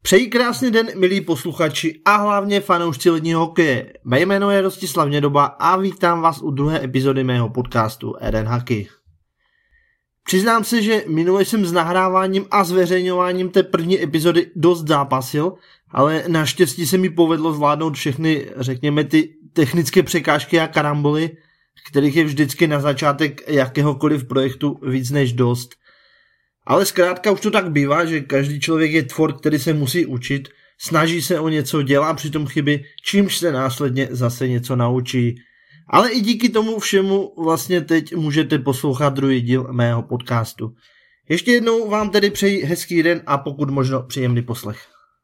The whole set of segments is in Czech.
Přeji krásný den, milí posluchači a hlavně fanoušci ledního hokeje. Mé jméno je Rostislav Nědoba a vítám vás u druhé epizody mého podcastu Eden Hockey. Přiznám se, že minule jsem s nahráváním a zveřejňováním té první epizody dost zápasil, ale naštěstí se mi povedlo zvládnout všechny, řekněme, ty technické překážky a karamboly, kterých je vždycky na začátek jakéhokoliv projektu víc než dost. Ale zkrátka už to tak bývá, že každý člověk je tvor, který se musí učit, snaží se o něco, dělá přitom chyby, čímž se následně zase něco naučí. Ale i díky tomu všemu vlastně teď můžete poslouchat druhý díl mého podcastu. Ještě jednou vám tedy přeji hezký den a pokud možno příjemný poslech.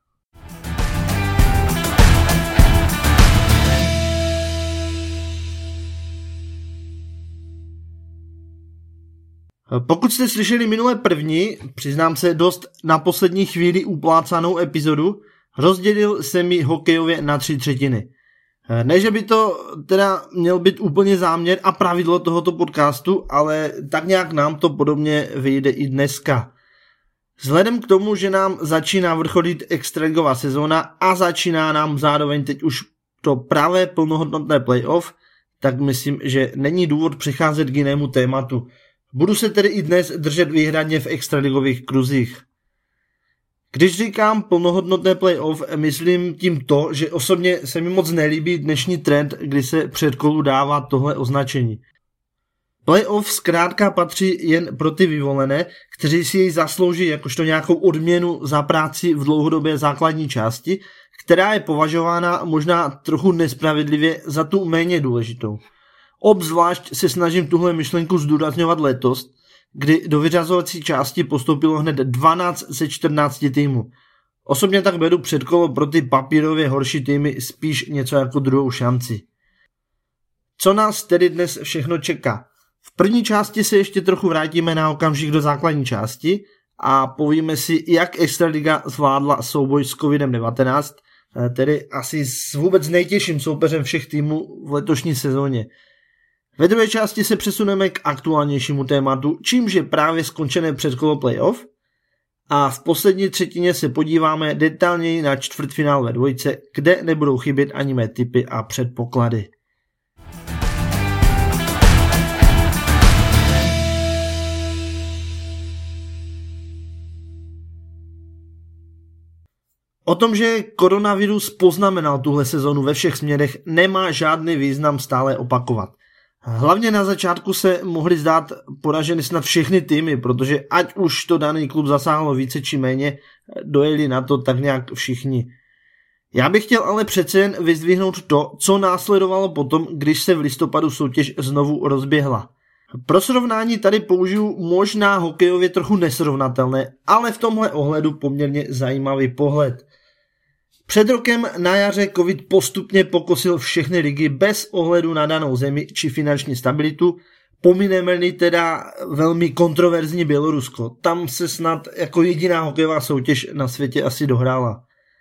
Pokud jste slyšeli minulé první, přiznám se, dost na poslední chvíli uplácanou epizodu, rozdělil jsem ji hokejově na 3/3. Ne, že by to teda měl být úplně záměr a pravidlo tohoto podcastu, ale tak nějak nám to podobně vyjde i dneska. Vzhledem k tomu, že nám začíná vrcholit extraligová sezóna a začíná nám zároveň teď už to pravé plnohodnotné playoff, tak myslím, že není důvod přecházet k jinému tématu. Budu se tedy i dnes držet výhradně v extraligových kruzích. Když říkám plnohodnotné playoff, myslím tím to, že osobně se mi moc nelíbí dnešní trend, kdy se před kolu dává tohle označení. Playoff zkrátka patří jen pro ty vyvolené, kteří si jej zaslouží jakožto nějakou odměnu za práci v dlouhodobé základní části, která je považována možná trochu nespravedlivě za tu méně důležitou. Obzvlášť se snažím tuhle myšlenku zdůrazňovat letos, kdy do vyřazovací části postoupilo hned 12 ze 14 týmů. Osobně tak beru předkolo pro ty papírově horší týmy spíš něco jako druhou šanci. Co nás tedy dnes všechno čeká? V první části se ještě trochu vrátíme na okamžik do základní části a povíme si, jak Extraliga zvládla souboj s COVID-19, tedy asi s vůbec nejtěžším soupeřem všech týmů v letošní sezóně. Ve druhé části se přesuneme k aktuálnějšímu tématu, čímž je právě skončené předkolo playoff, a v poslední třetině se podíváme detailněji na čtvrtfinálové dvojice, kde nebudou chybět ani mé tipy a předpoklady. O tom, že koronavirus poznamenal tuhle sezonu ve všech směrech, nemá žádný význam stále opakovat. Hlavně na začátku se mohly zdát poraženy snad všechny týmy, protože ať už to daný klub zasáhlo více či méně, dojeli na to tak nějak všichni. Já bych chtěl ale přece jen vyzdvihnout to, co následovalo potom, když se v listopadu soutěž znovu rozběhla. Pro srovnání tady použiju možná hokejově trochu nesrovnatelné, ale v tomhle ohledu poměrně zajímavý pohled. Před rokem na jaře covid postupně pokosil všechny ligy bez ohledu na danou zemi či finanční stabilitu, pomineme-li teda velmi kontroverzní Bělorusko. Tam se snad jako jediná hokejová soutěž na světě asi dohrála.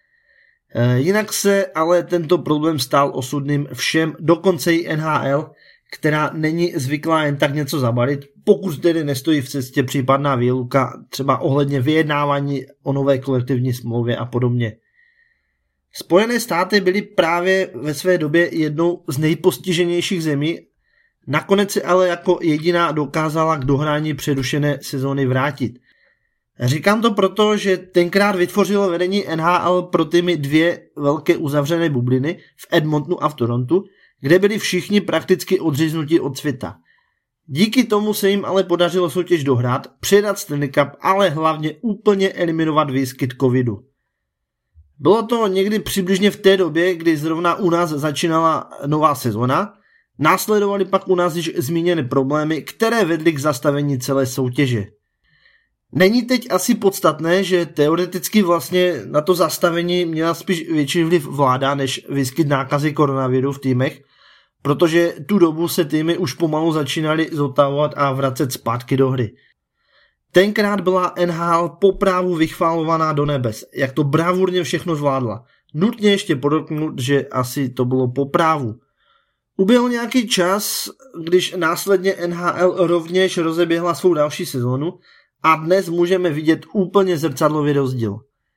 Jinak se ale tento problém stal osudným všem, dokonce i NHL, která není zvyklá jen tak něco zabalit, pokud tedy nestojí v cestě případná výluka, třeba ohledně vyjednávání o nové kolektivní smlouvě a podobně. Spojené státy byly právě ve své době jednou z nejpostiženějších zemí, nakonec se ale jako jediná dokázala k dohrání přerušené sezóny vrátit. Říkám to proto, že tenkrát vytvořilo vedení NHL pro týmy dvě velké uzavřené bubliny v Edmontonu a v Torontu, kde byli všichni prakticky odříznuti od světa. Díky tomu se jim ale podařilo soutěž dohrát, předat Stanley Cup, ale hlavně úplně eliminovat výskyt covidu. Bylo to někdy přibližně v té době, kdy zrovna u nás začínala nová sezona, následovaly pak u nás již zmíněné problémy, které vedly k zastavení celé soutěže. Není teď asi podstatné, že teoreticky vlastně na to zastavení měla spíš větší vliv vláda než výskyt nákazy koronaviru v týmech, protože tu dobu se týmy už pomalu začínaly zotavovat a vracet zpátky do hry. Tenkrát byla NHL po právu vychválovaná do nebes, jak to bravurně všechno zvládla. Nutně ještě podotknout, že asi to bylo po právu. Uběhl nějaký čas, když následně NHL rovněž rozeběhla svou další sezonu a dnes můžeme vidět úplně zrcadlový rozdíl.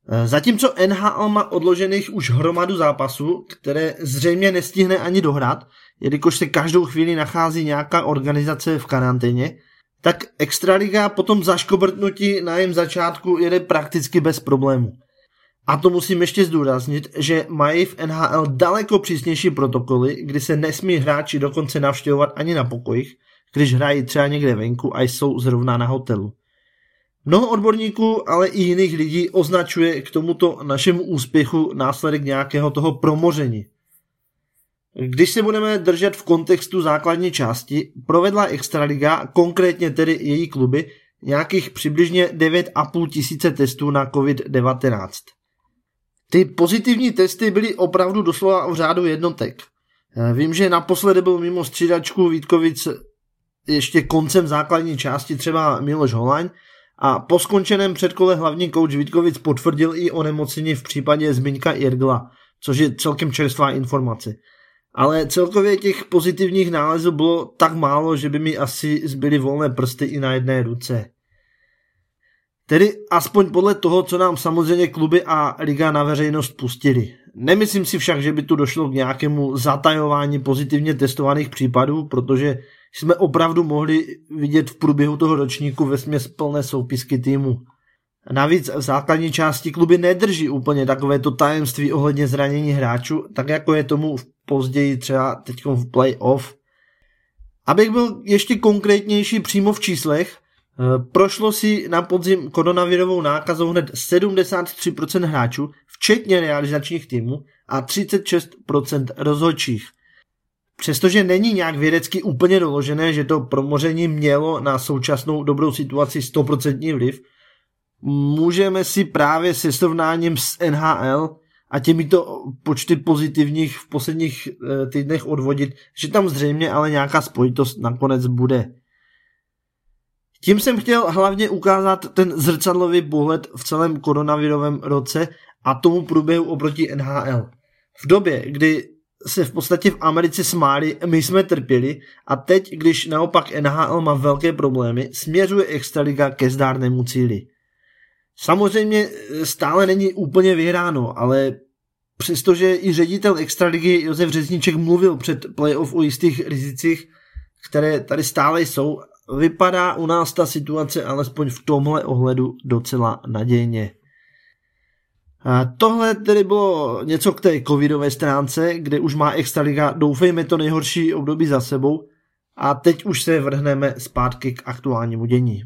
Zatímco NHL má odložených už hromadu zápasů, které zřejmě nestihne ani dohrát, jelikož se každou chvíli nachází nějaká organizace v karanténě, tak Extraliga po tom zaškobrtnutí na jejím začátku jede prakticky bez problémů. A to musím ještě zdůraznit, že mají v NHL daleko přísnější protokoly, kdy se nesmí hráči dokonce navštěvovat ani na pokojích, když hrají třeba někde venku a jsou zrovna na hotelu. Mnoho odborníků, ale i jiných lidí označuje k tomuto našemu úspěchu následek nějakého toho promoření. Když se budeme držet v kontextu základní části, provedla Extraliga, konkrétně tedy její kluby, nějakých přibližně 9,5 tisíce testů na COVID-19. Ty pozitivní testy byly opravdu doslova v řádu jednotek. Vím, že naposledy byl mimo střídačku Vítkovic ještě koncem základní části třeba Miloš Holaň a po skončeném předkole hlavní kouč Vítkovic potvrdil i onemocnění v případě Zbyňka Jirgla, což je celkem čerstvá informace. Ale celkově těch pozitivních nálezů bylo tak málo, že by mi asi zbyly volné prsty i na jedné ruce. Tedy aspoň podle toho, co nám samozřejmě kluby a liga na veřejnost pustili. Nemyslím si však, že by tu došlo k nějakému zatajování pozitivně testovaných případů, protože jsme opravdu mohli vidět v průběhu toho ročníku vesměs plné soupisky týmu. Navíc v základní části kluby nedrží úplně takovéto tajemství ohledně zranění hráčů, tak jako je tomu později třeba teď v playoff. Abych byl ještě konkrétnější přímo v číslech, prošlo si na podzim koronavirovou nákazou hned 73% hráčů, včetně realizačních týmů, a 36% rozhodčích. Přestože není nějak vědecky úplně doložené, že to promoření mělo na současnou dobrou situaci 100% vliv, můžeme si právě se srovnáním s NHL a těmito počty pozitivních v posledních týdnech odvodit, že tam zřejmě ale nějaká spojitost nakonec bude. Tím jsem chtěl hlavně ukázat ten zrcadlový pohled v celém koronavirovém roce a tomu průběhu oproti NHL. V době, kdy se v podstatě v Americe smáli, my jsme trpěli a teď, když naopak NHL má velké problémy, směřuje Extraliga ke zdárnému cíli. Samozřejmě stále není úplně vyhráno, ale přestože i ředitel Extraligy Josef Řezníček mluvil před playoff o jistých rizicích, které tady stále jsou, vypadá u nás ta situace alespoň v tomhle ohledu docela nadějně. A tohle tedy bylo něco k té covidové stránce, kde už má Extraliga, doufejme, to nejhorší období za sebou, a teď už se vrhneme zpátky k aktuálnímu dění.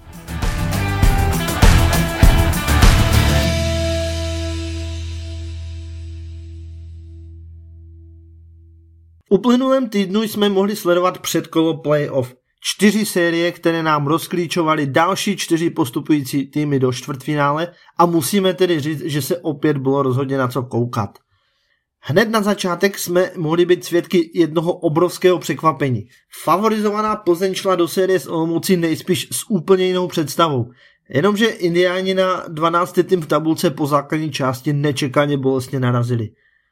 V uplynulém týdnu jsme mohli sledovat předkolo playoff. 4 série, které nám rozklíčovaly další 4 postupující týmy do čtvrtfinále a musíme tedy říct, že se opět bylo rozhodně na co koukat. Hned na začátek jsme mohli být svědky jednoho obrovského překvapení. Favorizovaná Plzeň šla do série s Olomoucí nejspíš s úplně jinou představou. Jenomže Indiáni na 12. tým v tabulce po základní části nečekaně bolestně narazili.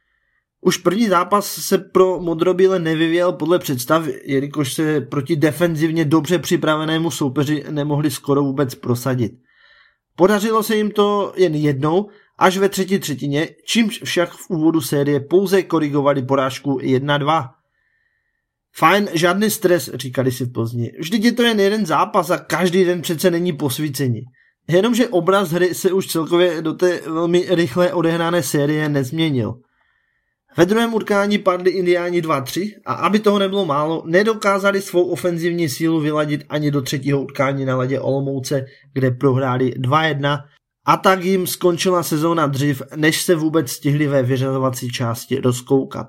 Už první zápas se pro modrobíle nevyvíjel podle představ, jelikož se proti defenzivně dobře připravenému soupeři nemohli skoro vůbec prosadit. Podařilo se jim to jen jednou, až ve třetí třetině, čímž však v úvodu série pouze korigovali porážku 1-2. Fajn, žádný stres, říkali si v Plzni. Vždyť je to jen jeden zápas a každý den přece není posvícení. Jenomže obraz hry se už celkově do té velmi rychle odehrané série nezměnil. Ve druhém utkání padli Indiáni 2-3 a aby toho nebylo málo, nedokázali svou ofenzivní sílu vyladit ani do třetího utkání na ledě Olomouce, kde prohráli 2-1 a tak jim skončila sezóna dřív, než se vůbec stihli ve vyřazovací části rozkoukat.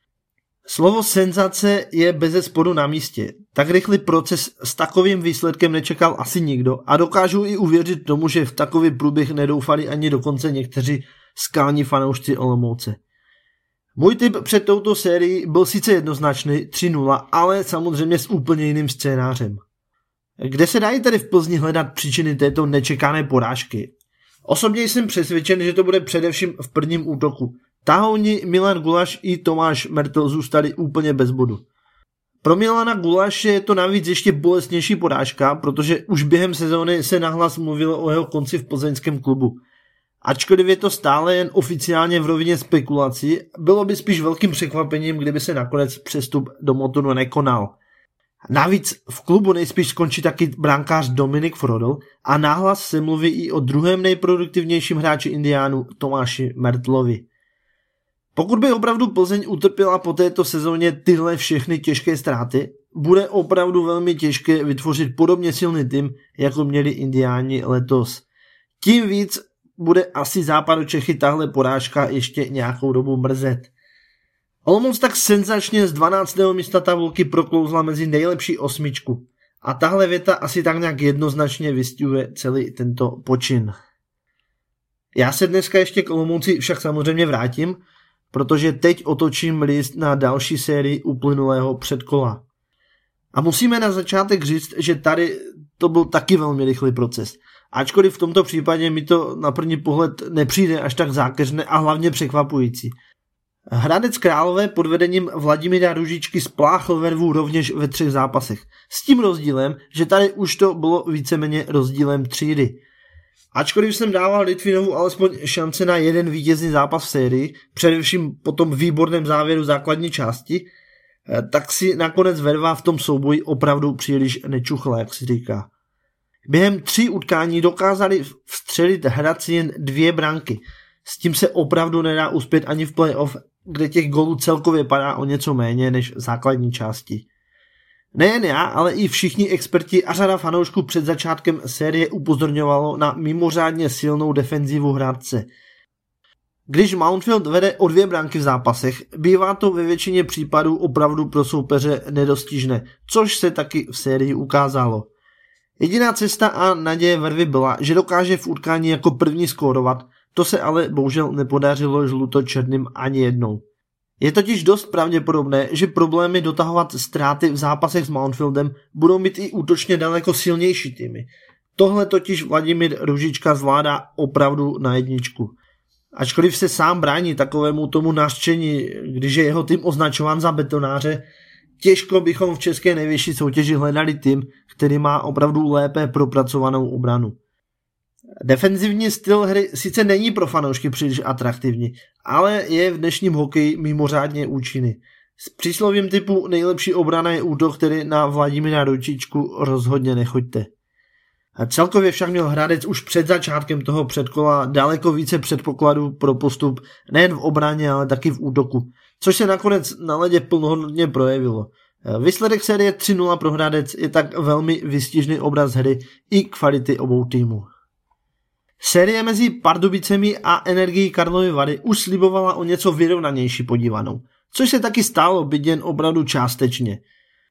Slovo senzace je bezesporu na místě. Tak rychlý proces s takovým výsledkem nečekal asi nikdo a dokážu i uvěřit tomu, že v takový průběh nedoufali ani dokonce někteří skalní fanoušci Olomouce. Můj tip před touto sérií byl sice jednoznačný 3-0, ale samozřejmě s úplně jiným scénářem. Kde se dají tedy v Plzni hledat příčiny této nečekané porážky? Osobně jsem přesvědčen, že to bude především v prvním útoku. Tahouni Milan Gulaš i Tomáš Mertl zůstali úplně bez bodu. Pro Milana Gulaše je to navíc ještě bolestnější porážka, protože už během sezóny se nahlas mluvilo o jeho konci v plzeňském klubu. Ačkoliv je to stále jen oficiálně v rovině spekulací, bylo by spíš velkým překvapením, kdyby se nakonec přestup do Motonu nekonal. Navíc v klubu nejspíš skončí taky brankář Dominik Frodl a nahlas se mluví i o druhém nejproduktivnějším hráči Indiánů Tomáši Mertlovi. Pokud by opravdu Plzeň utrpěla po této sezóně tyhle všechny těžké ztráty, bude opravdu velmi těžké vytvořit podobně silný tým, jako měli Indiáni letos. Tím víc bude asi Západočechy tahle porážka ještě nějakou dobu mrzet. Olomouc tak senzačně z 12. místa tabulky proklouzla mezi nejlepší osmičku. A tahle věta asi tak nějak jednoznačně vystihuje celý tento počin. Já se dneska ještě k Olomouci však samozřejmě vrátím, protože teď otočím list na další sérii uplynulého předkola. A musíme na začátek říct, že tady to byl taky velmi rychlý proces. Ačkoliv v tomto případě mi to na první pohled nepřijde až tak zákeřné a hlavně překvapující. Hradec Králové pod vedením Vladimíra Růžičky spláchl vervu rovněž ve 3 zápasech. S tím rozdílem, že tady už to bylo víceméně rozdílem třídy. Ačkoliv jsem dával Litvinovu alespoň šance na jeden vítězný zápas v sérii, především po tom výborném závěru základní části, tak si nakonec verva v tom souboji opravdu příliš nečuchla, jak se říká. Během 3 utkání dokázali vstřelit Hradci jen 2 branky. S tím se opravdu nedá uspět ani v playoff, kde těch gólů celkově padá o něco méně než v základní části. Nejen já, ale i všichni experti a řada fanoušků před začátkem série upozorňovalo na mimořádně silnou defenzivu Hradce. Když Mountfield vede o 2 branky v zápasech, bývá to ve většině případů opravdu pro soupeře nedostižné, což se taky v sérii ukázalo. Jediná cesta a naděje vervy byla, že dokáže v utkání jako první skórovat, to se ale bohužel nepodařilo žluto-černým ani jednou. Je totiž dost pravděpodobné, že problémy dotahovat ztráty v zápasech s Mountfieldem budou mít i útočně daleko silnější týmy. Tohle totiž Vladimír Růžička zvládá opravdu na jedničku. Ačkoliv se sám brání takovému tomu nařčení, když je jeho tým označován za betonáře, těžko bychom v české nejvyšší soutěži hledali tým, který má opravdu lépe propracovanou obranu. Defenzivní styl hry sice není pro fanoušky příliš atraktivní, ale je v dnešním hokeji mimořádně účinný. S příslovím typu nejlepší obrana je útok, který na Vladimíra Růžičku rozhodně nechoďte. Celkově však měl Hradec už před začátkem toho předkola daleko více předpokladů pro postup nejen v obraně, ale taky v útoku, což se nakonec na ledě plnohodnotně projevilo. Výsledek série 3-0 pro Hradec je tak velmi výstižný obraz hry i kvality obou týmů. Série mezi Pardubicemi a Energií Karlovy Vary už slibovala o něco vyrovnanější podívanou, což se taky stalo, byť jen opravdu částečně.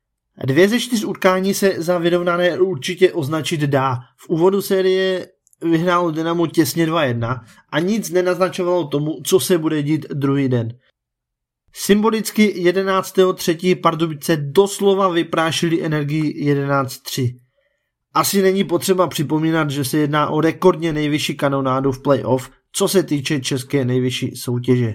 2 ze 4 utkání se za vyrovnané určitě označit dá. V úvodu série vyhrálo Dynamo těsně 2-1 a nic nenaznačovalo tomu, co se bude dít druhý den. Symbolicky 11.3. Pardubice doslova vyprášili Energii 11-3. Asi není potřeba připomínat, že se jedná o rekordně nejvyšší kanonádu v playoff, co se týče české nejvyšší soutěže.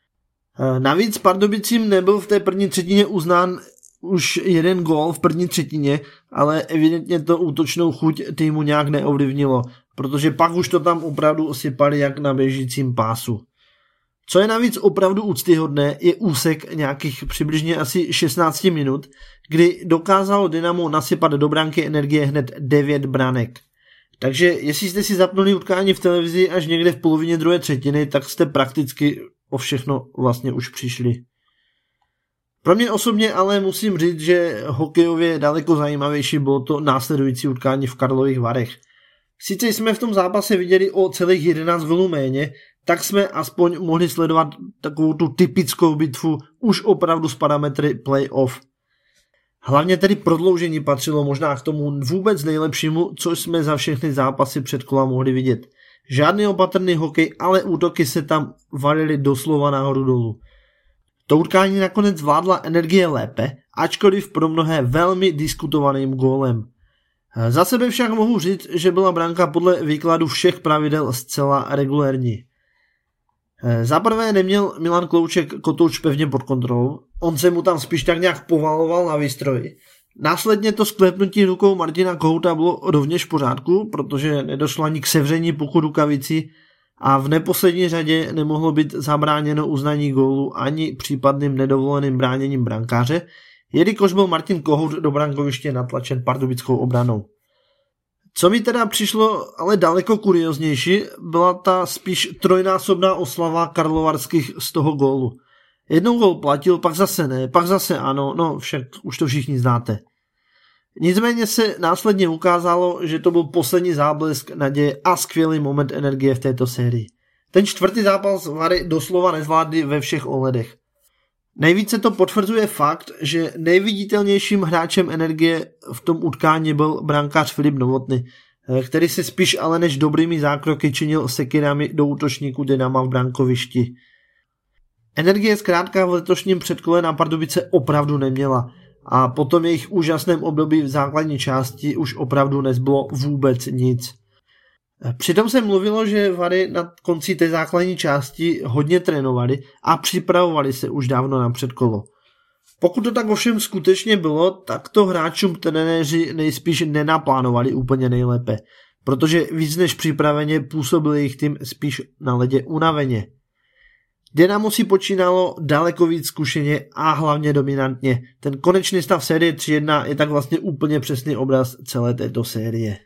Navíc Pardubicím nebyl v té první třetině uznán už 1 gól v první třetině, ale evidentně to útočnou chuť týmu nějak neovlivnilo, protože pak už to tam opravdu sypali jak na běžícím pásu. Co je navíc opravdu úctyhodné, je úsek nějakých přibližně asi 16 minut, kdy dokázalo Dynamo nasypat do branky Energie hned 9 branek. Takže jestli jste si zapnuli utkání v televizi až někde v polovině druhé třetiny, tak jste prakticky o všechno vlastně už přišli. Pro mě osobně ale musím říct, že hokejově daleko zajímavější bylo to následující utkání v Karlových Varech. Sice jsme v tom zápase viděli o celých 11 gólů méně, tak jsme aspoň mohli sledovat takovou tu typickou bitvu už opravdu s parametry playoff. Hlavně tedy prodloužení patřilo možná k tomu vůbec nejlepšímu, co jsme za všechny zápasy před kola mohli vidět. Žádný opatrný hokej, ale útoky se tam valily doslova nahoru dolů. To utkání nakonec zvládla Energie lépe, ačkoliv pro mnohé velmi diskutovaným gólem. Za sebe však mohu říct, že byla branka podle výkladu všech pravidel zcela regulérní. Za prvé neměl Milan Klouček kotouč pevně pod kontrolou, on se mu tam spíš tak nějak povaloval na výstroji. Následně to sklepnutí rukou Martina Kohouta bylo rovněž v pořádku, protože nedošlo ani k sevření puku rukavicí. a v neposlední řadě nemohlo být zabráněno uznání gólu ani případným nedovoleným bráněním brankáře, jelikož byl Martin Kohout do brankoviště natlačen pardubickou obranou. Co mi teda přišlo ale daleko kurioznější, byla ta spíš trojnásobná oslava karlovarských z toho gólu. Jednou gól platil, pak zase ne, pak zase ano, no však už to všichni znáte. Nicméně se následně ukázalo, že to byl poslední záblesk naděje a skvělý moment energie v této sérii. Ten čtvrtý zápas Vary doslova nezvládli ve všech ohledech. Nejvíce to potvrzuje fakt, že nejviditelnějším hráčem energie v tom utkání byl brankář Filip Novotný, který se spíš ale než dobrými zákroky činil sekirami do útočníků Dynama v brankovišti. Energie zkrátka v letošním předkole na Pardubice opravdu neměla a po tom jejich úžasném období v základní části už opravdu nezbylo vůbec nic. Přitom se mluvilo, že Vary na konci té základní části hodně trénovali a připravovali se už dávno na předkolo. Pokud to tak ovšem skutečně bylo, tak to hráčům trenéři nejspíš nenaplánovali úplně nejlépe, protože víc než připraveně působil jejich tým spíš na ledě unaveně. Dynamo si počínalo daleko víc zkušeně a hlavně dominantně. Ten konečný stav série 3-1 je tak vlastně úplně přesný obraz celé této série.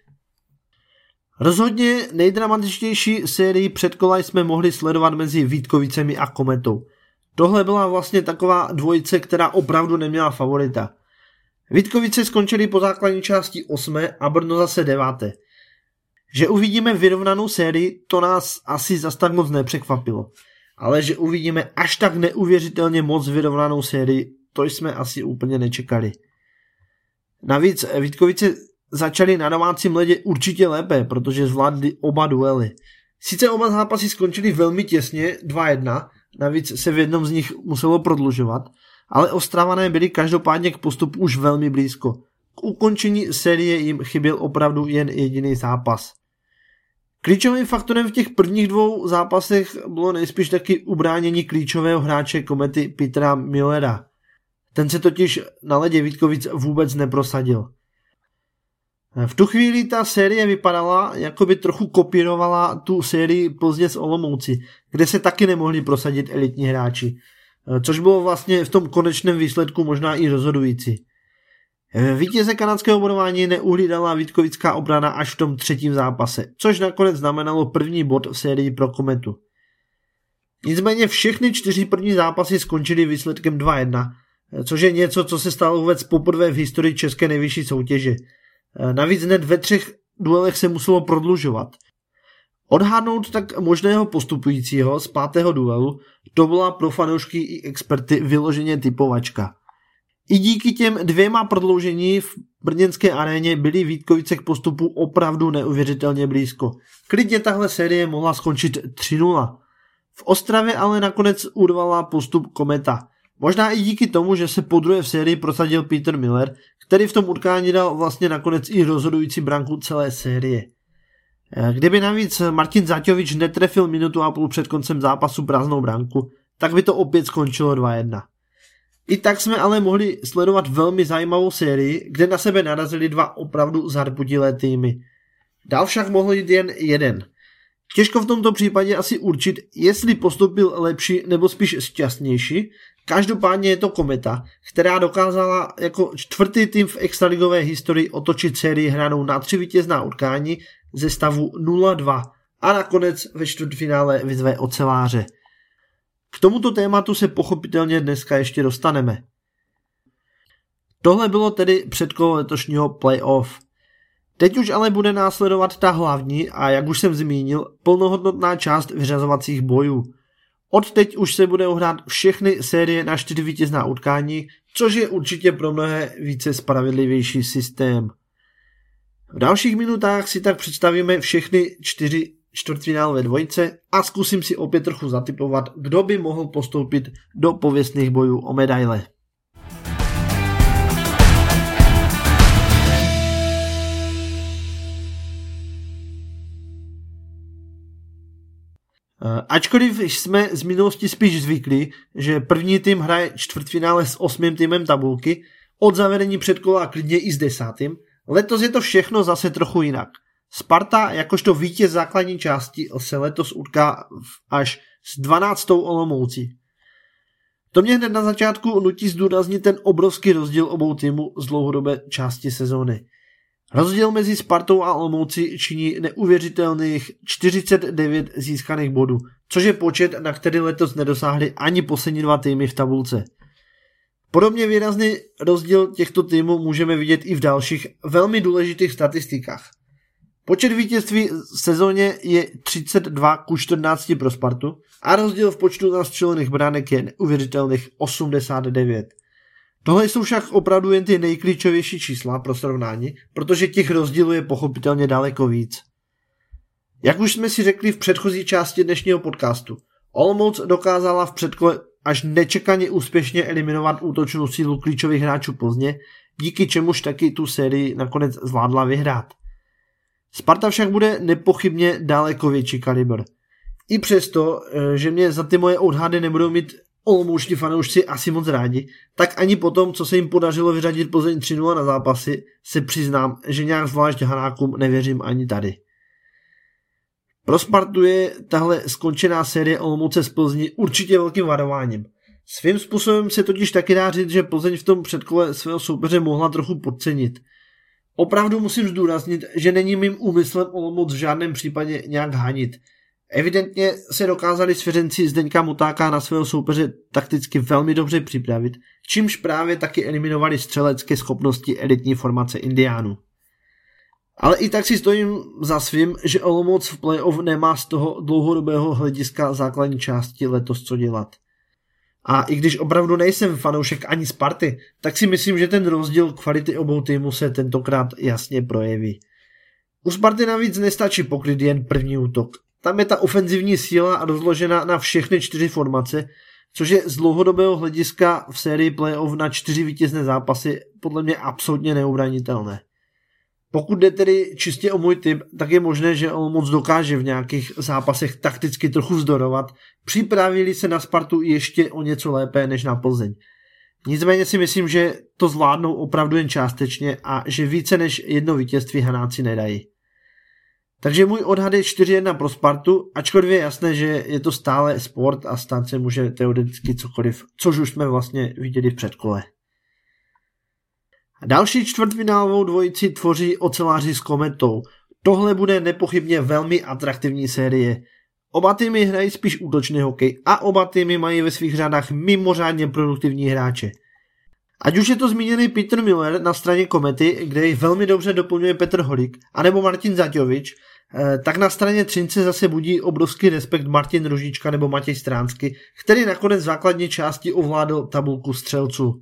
Rozhodně nejdramatičtější sérii předkola jsme mohli sledovat mezi Vítkovicemi a Kometou. Tohle byla vlastně taková dvojice, která opravdu neměla favorita. Vítkovice skončili po základní části 8. a Brno zase 9. Že uvidíme vyrovnanou sérii, to nás asi zas tak moc nepřekvapilo. Ale že uvidíme až tak neuvěřitelně moc vyrovnanou sérii, to jsme asi úplně nečekali. Navíc Vítkovice začali na domácím ledě určitě lépe, protože zvládli oba duely. Sice oba zápasy skončily velmi těsně 2-1, navíc se v jednom z nich muselo prodlužovat, ale Ostravané byli každopádně k postupu už velmi blízko. K ukončení série jim chyběl opravdu jen jediný zápas. Klíčovým faktorem v těch prvních dvou zápasech bylo nejspíš taky ubránění klíčového hráče Komety Petra Millera. Ten se totiž na ledě Vítkovic vůbec neprosadil. V tu chvíli ta série vypadala, jako by trochu kopírovala tu sérii Plzně s Olomouci, kde se taky nemohli prosadit elitní hráči, což bylo vlastně v tom konečném výsledku možná i rozhodující. Vítěze kanadského bodování neuhlídala vítkovická obrana až v tom třetím zápase, což nakonec znamenalo první bod v sérii pro Kometu. Nicméně všechny 4 první zápasy skončily výsledkem 2-1, což je něco, co se stalo vůbec poprvé v historii české nejvyšší soutěže. Navíc hned ve 3 duelech se muselo prodlužovat. Odhadnout tak možného postupujícího z 5. duelu, to byla pro fanoušky i experty vyloženě typovačka. I díky těm 2 prodloužení v brněnské aréně byly Vítkovice k postupu opravdu neuvěřitelně blízko. Klidně tahle série mohla skončit 3-0. V Ostravě ale nakonec urvala postup Kometa. Možná i díky tomu, že se podruhé v sérii prosadil Peter Miller, který v tom utkání dal vlastně nakonec i rozhodující branku celé série. Kdyby navíc Martin Zaťovič netrefil minutu a půl před koncem zápasu prázdnou branku, tak by to opět skončilo 2-1. I tak jsme ale mohli sledovat velmi zajímavou sérii, kde na sebe narazili 2 opravdu zarputilé týmy. Dál však mohl jít jen jeden. Těžko v tomto případě asi určit, jestli postupil lepší nebo spíš šťastnější. Každopádně je to Kometa, která dokázala jako 4. tým v extraligové historii otočit sérii hranou na 3 vítězná utkání ze stavu 0-2 a nakonec ve čtvrtfinále vyzve oceláře. K tomuto tématu se pochopitelně dneska ještě dostaneme. Tohle bylo tedy předkolo letošního playoff. Teď už ale bude následovat ta hlavní a, jak už jsem zmínil, plnohodnotná část vyřazovacích bojů. Od teď už se budou hrát všechny série na 4 vítězná utkání, což je určitě pro mnohé více spravedlivější systém. V dalších minutách si tak představíme všechny 4 čtvrtfinálové dvojice a zkusím si opět trochu zatipovat, kdo by mohl postoupit do pověstných bojů o medaile. Ačkoliv jsme z minulosti spíš zvyklí, že první tým hraje čtvrtfinále s 8. týmem tabulky, od zavedení předkola klidně i s 10. Letos je to všechno zase trochu jinak. Sparta jakožto vítěz základní části se letos utká až s 12. Olomoucí. To mě hned na začátku nutí zdůraznit ten obrovský rozdíl obou týmů z dlouhodobé části sezóny. Rozdíl mezi Spartou a Olomoucí činí neuvěřitelných 49 získaných bodů, což je počet, na který letos nedosáhly ani poslední dva týmy v tabulce. Podobně výrazný rozdíl těchto týmů můžeme vidět i v dalších velmi důležitých statistikách. Počet vítězství v sezóně je 32-14 pro Spartu a rozdíl v počtu nastřelených branek je neuvěřitelných 89. Tohle jsou však opravdu jen ty nejklíčovější čísla pro srovnání, protože těch rozdílů je pochopitelně daleko víc. Jak už jsme si řekli v předchozí části dnešního podcastu, Olomouc dokázala v předkole až nečekaně úspěšně eliminovat útočnou sílu klíčových hráčů Plzně, díky čemuž taky tu sérii nakonec zvládla vyhrát. Sparta však bude nepochybně daleko větší kalibr. I přesto, že mě za ty moje odhady nebudou mít olomoučtí fanoušci asi moc rádi, tak ani potom, co se jim podařilo vyřadit Plzeň 3-0 na zápasy, se přiznám, že nějak zvlášť hrákům nevěřím ani tady. Pro Spartu je tahle skončená série Olomouce z Plzni určitě velkým varováním. Svým způsobem se totiž taky dá říct, že Plzeň v tom předkole svého soupeře mohla trochu podcenit. Opravdu musím zdůraznit, že není mým úmyslem Olomouc v žádném případě nějak hanit. Evidentně se dokázali svěřenci Zdeňka Mutáka na svého soupeře takticky velmi dobře připravit, čímž právě taky eliminovali střelecké schopnosti elitní formace Indiánů. Ale i tak si stojím za svým, že Olomouc v playoff nemá z toho dlouhodobého hlediska základní části letos co dělat. A i když opravdu nejsem fanoušek ani Sparty, tak si myslím, že ten rozdíl kvality obou týmů se tentokrát jasně projeví. U Sparty navíc nestačí pokryt jen první útok. Tam je ta ofenzivní síla rozložena na všechny 4 formace, což je z dlouhodobého hlediska v sérii playoff na 4 vítězné zápasy podle mě absolutně neobranitelné. Pokud jde tedy čistě o můj tip, tak je možné, že Olomouc dokáže v nějakých zápasech takticky trochu vzdorovat, připravili se na Spartu ještě o něco lépe než na Plzeň. Nicméně si myslím, že to zvládnou opravdu jen částečně a že více než jedno vítězství Hanáci nedají. Takže můj odhad je 4-1 pro Spartu, ačkoliv je jasné, že je to stále sport a stát se může teoreticky cokoliv, což už jsme vlastně viděli v předkole. Další čtvrtfinálovou dvojici tvoří oceláři s Kometou. Tohle bude nepochybně velmi atraktivní série. Oba týmy hrají spíš útočný hokej a oba týmy mají ve svých řadách mimořádně produktivní hráče. Ať už je to zmíněný Peter Miller na straně Komety, kde jej velmi dobře doplňuje Petr Holík, anebo Martin Zaťovič, tak na straně Třince zase budí obrovský respekt Martin Ružička nebo Matěj Stránsky, který nakonec v základní části ovládl tabulku střelců.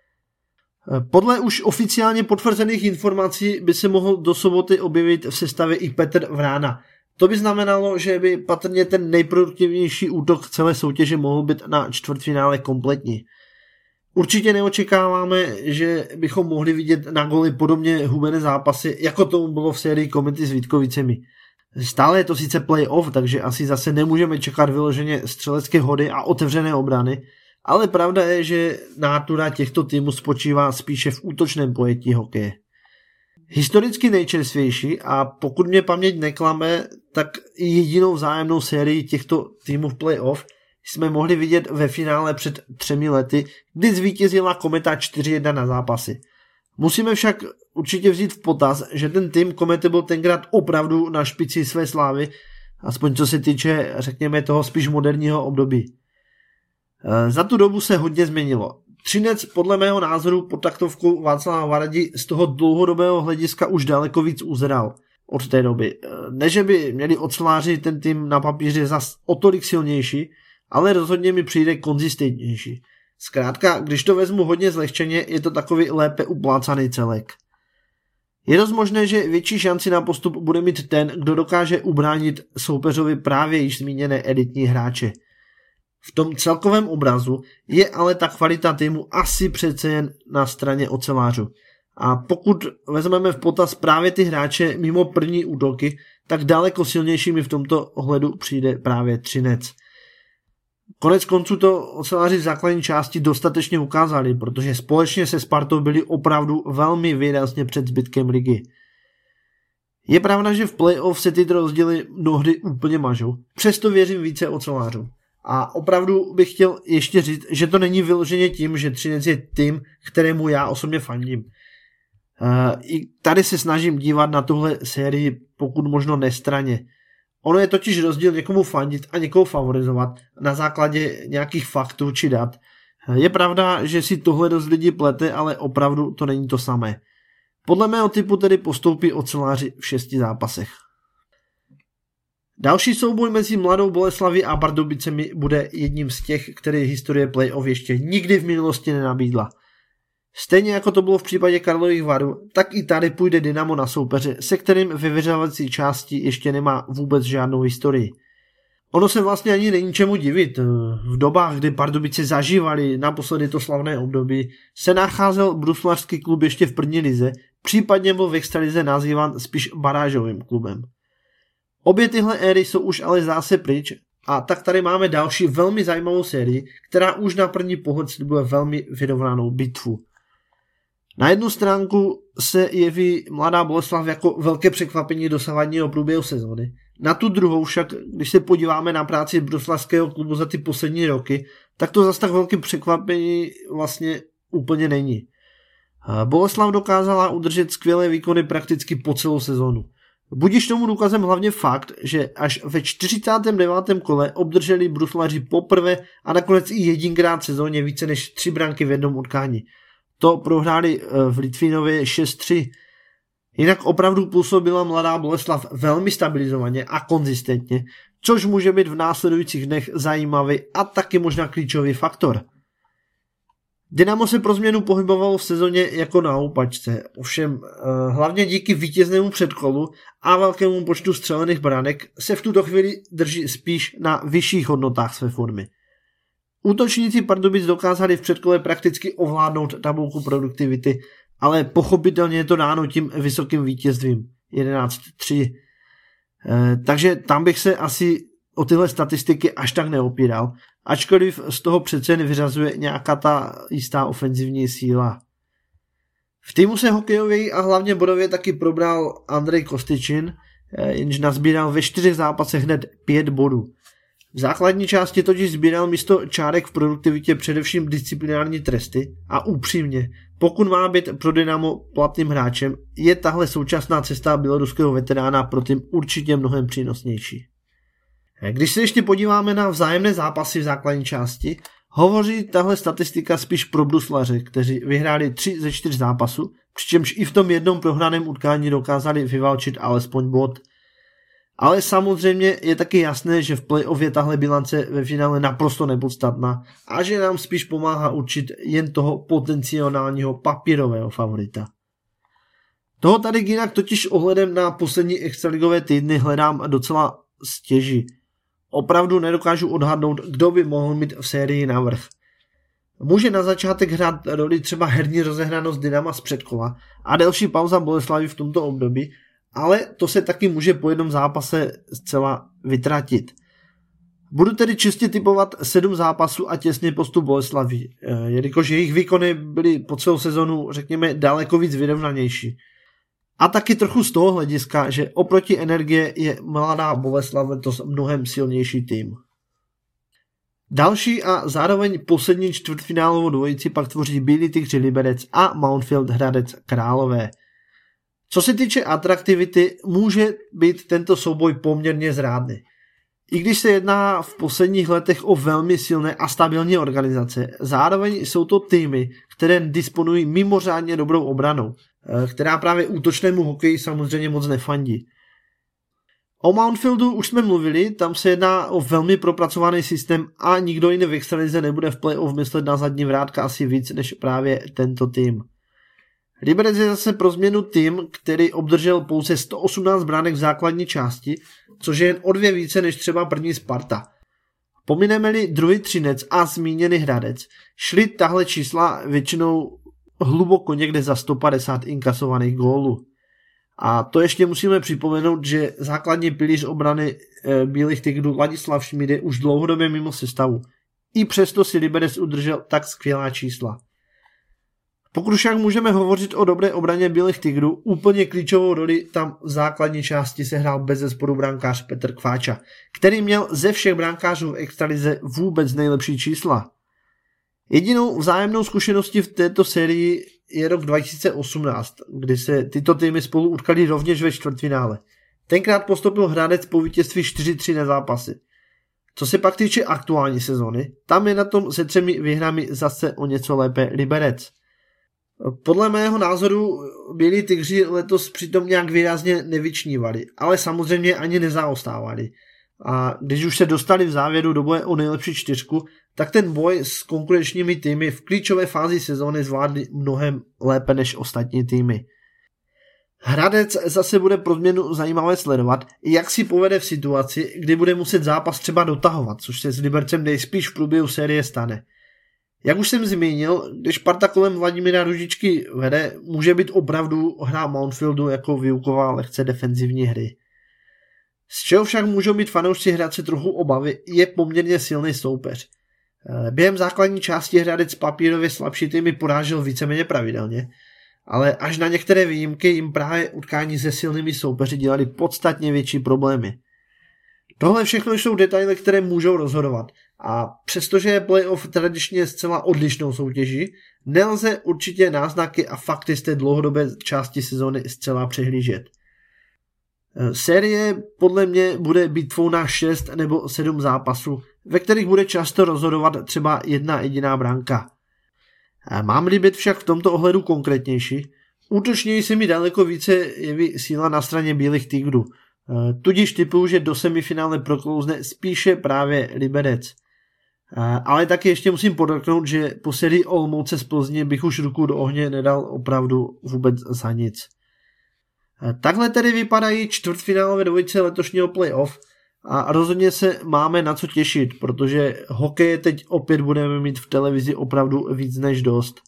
Podle už oficiálně potvrzených informací by se mohl do soboty objevit v sestavě i Petr Vrána. To by znamenalo, že by patrně ten nejproduktivnější útok celé soutěže mohl být na čtvrtfinále kompletní. Určitě neočekáváme, že bychom mohli vidět na goly podobně hubené zápasy, jako tomu bylo v sérii Komety s Vítkovicemi. Stále je to sice play-off, takže asi zase nemůžeme čekat vyloženě střelecké hody a otevřené obrany, ale pravda je, že nátura těchto týmů spočívá spíše v útočném pojetí hokeje. Historicky nejčerstvější a pokud mě paměť neklame, tak jedinou vzájemnou sérii těchto týmů v play-off jsme mohli vidět ve finále před 3 lety, kdy zvítězila Kometa 4-1 na zápasy. Musíme však určitě vzít v potaz, že ten tým Komety byl tenkrát opravdu na špici své slávy, aspoň co se týče, řekněme, toho spíš moderního období. Za tu dobu se hodně změnilo. Třinec podle mého názoru pod taktovkou Václava Varadi z toho dlouhodobého hlediska už daleko víc uzeral od té doby. Ne, že by měli oceláři ten tým na papíře zas o tolik silnější, ale rozhodně mi přijde konzistentnější. Zkrátka, když to vezmu hodně zlehčeně, je to takový lépe uplácaný celek. Je dost možné, že větší šanci na postup bude mít ten, kdo dokáže ubránit soupeřovi právě již zmíněné elitní hráče. V tom celkovém obrazu je ale ta kvalita týmu asi přece jen na straně ocelářů. A pokud vezmeme v potaz právě ty hráče mimo první útoky, tak daleko silnějšími v tomto ohledu přijde právě Třinec. Konec konců to oceláři v základní části dostatečně ukázali, protože společně se Spartou byli opravdu velmi výrazně před zbytkem ligy. Je pravda, že v playoff se ty rozdíly mnohdy úplně mažou, přesto věřím více ocelářům. A opravdu bych chtěl ještě říct, že to není vyloženě tím, že Třinec je tým, kterému já osobně fandím. I tady se snažím dívat na tuhle sérii pokud možno nestranně. Ono je totiž rozdíl někomu fandit a někoho favorizovat na základě nějakých faktů či dat. Je pravda, že si tohle dost lidí plete, ale opravdu to není to samé. Podle mého typu tedy postoupí oceláři v 6 zápasech. Další souboj mezi Mladou Boleslaví a Pardubicemi bude jedním z těch, který historie playoff ještě nikdy v minulosti nenabídla. Stejně jako to bylo v případě Karlových Varů, tak i tady půjde Dynamo na soupeře, se kterým ve vyřazovací části ještě nemá vůbec žádnou historii. Ono se vlastně ani není čemu divit. V dobách, kdy Pardubice zažívali naposledy to slavné období, se nacházel bruslařský klub ještě v první lize, případně byl v extralize nazýván spíš barážovým klubem. Obě tyhle éry jsou už ale zase pryč a tak tady máme další velmi zajímavou sérii, která už na první pohled slibuje velmi vyrovnanou bitvu. Na jednu stránku se jeví Mladá Boleslav jako velké překvapení dosavadního průběhu sezóny. Na tu druhou však, když se podíváme na práci bruslavského klubu za ty poslední roky, tak to zase tak velké překvapení vlastně úplně není. Boleslav dokázala udržet skvělé výkony prakticky po celou sezónu. Budiž tomu důkazem hlavně fakt, že až ve 49. kole obdrželi bruslaři poprvé a nakonec i jedinkrát v sezóně více než 3 branky v jednom utkání. To prohráli v Litvínově 6-3. Jinak opravdu působila Mladá Boleslav velmi stabilizovaně a konzistentně, což může být v následujících dnech zajímavý a taky možná klíčový faktor. Dynamo se pro změnu pohybovalo v sezóně jako na oupačce, ovšem hlavně díky vítěznému předkolu a velkému počtu střelených branek se v tuto chvíli drží spíš na vyšších hodnotách své formy. Útočníci Pardubic dokázali v předkole prakticky ovládnout tabulku produktivity, ale pochopitelně je to dáno tím vysokým vítězstvím 11-3. Takže tam bych se asi o tyhle statistiky až tak neopíral, ačkoliv z toho přece vyřazuje nějaká ta jistá ofenzivní síla. V týmu se hokejově a hlavně bodově taky probral Andrej Kostyčin, jenž nazbíral ve 4 zápasech hned 5 bodů. V základní části totiž sbíral místo čárek v produktivitě především disciplinární tresty a upřímně, pokud má být pro Dynamo platným hráčem, je tahle současná cesta běloruského veterána pro tým určitě mnohem přínosnější. Když se ještě podíváme na vzájemné zápasy v základní části, hovoří tahle statistika spíš pro bruslaře, kteří vyhráli 3 ze 4 zápasů, přičemž i v tom jednom prohraném utkání dokázali vyvalčit alespoň bod. Ale samozřejmě je taky jasné, že v playoff je tahle bilance ve finále naprosto nepodstatná a že nám spíš pomáhá určit jen toho potenciálního papírového favorita. Toho tady jinak totiž ohledem na poslední extraligové týdny hledám docela stěží. Opravdu nedokážu odhadnout, kdo by mohl mít v sérii navrch. Může na začátek hrát roli třeba herní rozehranost Dynama z předkola a delší pauza Boleslavy v tomto období, ale to se taky může po jednom zápase zcela vytratit. Budu tedy čistě typovat 7 zápasů a těsně postup Boleslavy, jelikož jejich výkony byly po celou sezonu, řekněme, daleko víc vyrovnanější. A taky trochu z toho hlediska, že oproti Energie je Mladá Boleslav letos mnohem silnější tým. Další a zároveň poslední čtvrtfinálovou dvojici pak tvoří Bílí Tygři Liberec a Mountfield Hradec Králové. Co se týče atraktivity, může být tento souboj poměrně zrádný. I když se jedná v posledních letech o velmi silné a stabilní organizace, zároveň jsou to týmy, které disponují mimořádně dobrou obranou, která právě útočnému hokeji samozřejmě moc nefandí. O Mountfieldu už jsme mluvili, tam se jedná o velmi propracovaný systém a nikdo jiný v extralize nebude v playoff myslet na zadní vrátka asi víc než právě tento tým. Liberec je zase pro změnu tým, který obdržel pouze 118 bránek v základní části, což je jen o 2 více než třeba první Sparta. Pomineme-li druhý Třinec a zmíněný Hradec, šly tahle čísla většinou hluboko někde za 150 inkasovaných gólů. A to ještě musíme připomenout, že základní pilíř obrany Bílých Tygrů Ladislav Šmíd je už dlouhodobě mimo sestavu. I přesto si Liberec udržel tak skvělá čísla. Pokud však můžeme hovořit o dobré obraně Bílých Tigrů, úplně klíčovou roli tam v základní části sehrál bezesporu brankář Petr Kváča, který měl ze všech brankářů v extralize vůbec nejlepší čísla. Jedinou vzájemnou zkušeností v této sérii je rok 2018, kdy se tyto týmy spolu utkali rovněž ve čtvrtfinále. Tenkrát postoupil Hradec po vítězství 4-3 na zápasy. Co se pak týče aktuální sezony, tam je na tom se 3 výhrami zase o něco lépe Liberec. Podle mého názoru Bílí Tygři letos přitom nějak výrazně nevyčnívali, ale samozřejmě ani nezaostávali. A když už se dostali v závěru do boje o nejlepší 4, tak ten boj s konkurenčními týmy v klíčové fázi sezóny zvládli mnohem lépe než ostatní týmy. Hradec zase bude pro změnu zajímavé sledovat, jak si povede v situaci, kdy bude muset zápas třeba dotahovat, což se s Libercem nejspíš v průběhu série stane. Jak už jsem zmínil, když parta kolem Vladimíra Růžičky vede, může být opravdu hra Mountfieldu jako výuková lehce defenzivní hry. Z čeho však můžou mít fanoušci Hradce trochu obavy, je poměrně silný soupeř. Během základní části Hradec papírově slabší týmy porážel víceméně pravidelně, ale až na některé výjimky jim právě utkání se silnými soupeři dělali podstatně větší problémy. Tohle všechno jsou detaily, které můžou rozhodovat, a přestože je playoff tradičně zcela odlišnou soutěží, nelze určitě náznaky a fakty z té dlouhodobé části sezóny zcela přehlížet. Série podle mě bude bitvou na 6 nebo 7 zápasů, ve kterých bude často rozhodovat třeba jedna jediná branka. Mám-li být však v tomto ohledu konkrétnější, útočněji se mi daleko více jeví síla na straně Bílých Tigrů. Tudíž typuju, že do semifinále proklouzne spíše právě Liberec. Ale taky ještě musím podotknout, že po sérii Olomouce z Plzně bych už ruku do ohně nedal opravdu vůbec za nic. Takhle tedy vypadají čtvrtfinálové dvojice letošního playoff a rozhodně se máme na co těšit, protože hokej teď opět budeme mít v televizi opravdu víc než dost.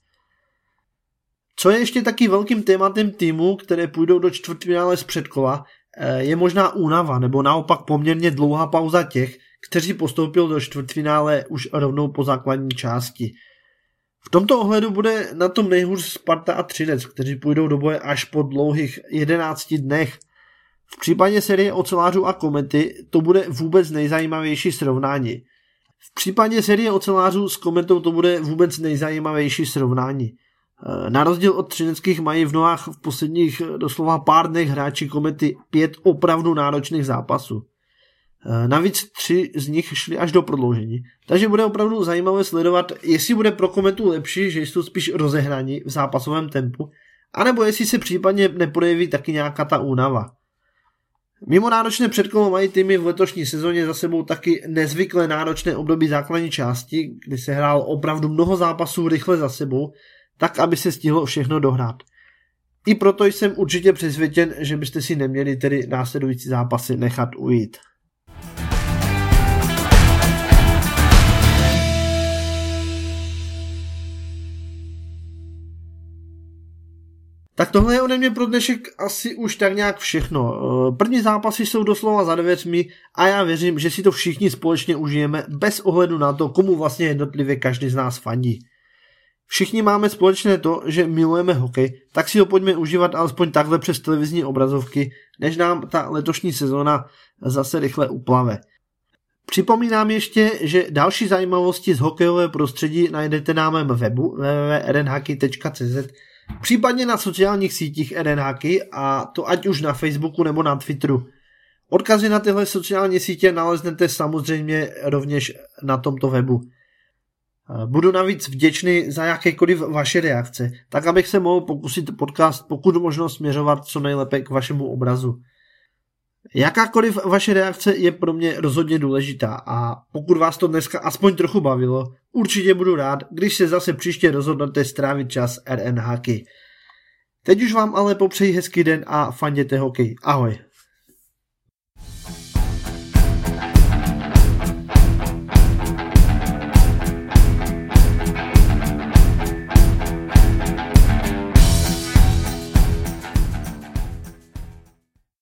Co je ještě taky velkým tématem týmu, které půjdou do čtvrtfinále z předkola, je možná únava nebo naopak poměrně dlouhá pauza těch, kteří postoupili do čtvrtfinále už rovnou po základní části. V tomto ohledu bude na tom nejhůř Sparta a Třinec, kteří půjdou do boje až po dlouhých 11 dnech. V případě série Ocelářů a Komety to bude vůbec nejzajímavější srovnání. V případě série Ocelářů s Kometou to bude vůbec nejzajímavější srovnání. Na rozdíl od třineckých mají v nohách v posledních doslova pár dnech hráči Komety 5 opravdu náročných zápasů. Navíc 3 z nich šli až do prodloužení, takže bude opravdu zajímavé sledovat, jestli bude pro Kometu lepší, že jsou spíš rozehraní v zápasovém tempu, anebo jestli se případně neprojeví taky nějaká ta únava. Mimo náročné předkolo mají týmy v letošní sezóně za sebou taky nezvykle náročné období základní části, kdy se hrál opravdu mnoho zápasů rychle za sebou, tak aby se stihlo všechno dohrát. I proto jsem určitě přesvědčen, že byste si neměli tedy následující zápasy nechat ujít. Tak tohle je ode mě pro dnešek asi už tak nějak všechno. První zápasy jsou doslova za dveřmi a já věřím, že si to všichni společně užijeme bez ohledu na to, komu vlastně jednotlivě každý z nás fandí. Všichni máme společné to, že milujeme hokej, tak si ho pojďme užívat alespoň takhle přes televizní obrazovky, než nám ta letošní sezona zase rychle uplave. Připomínám ještě, že další zajímavosti z hokejového prostředí najdete na mém webu www.rnhockey.cz, případně na sociálních sítích RNHockey, a to ať už na Facebooku nebo na Twitteru. Odkazy na tyhle sociální sítě naleznete samozřejmě rovněž na tomto webu. Budu navíc vděčný za jakékoliv vaše reakce, tak abych se mohl pokusit podcast pokud možno směřovat co nejlépe k vašemu obrazu. Jakákoliv vaše reakce je pro mě rozhodně důležitá a pokud vás to dneska aspoň trochu bavilo, určitě budu rád, když se zase příště rozhodnete strávit čas RN Hockey. Teď už vám ale popřeji hezký den a fanděte hokej. Ahoj.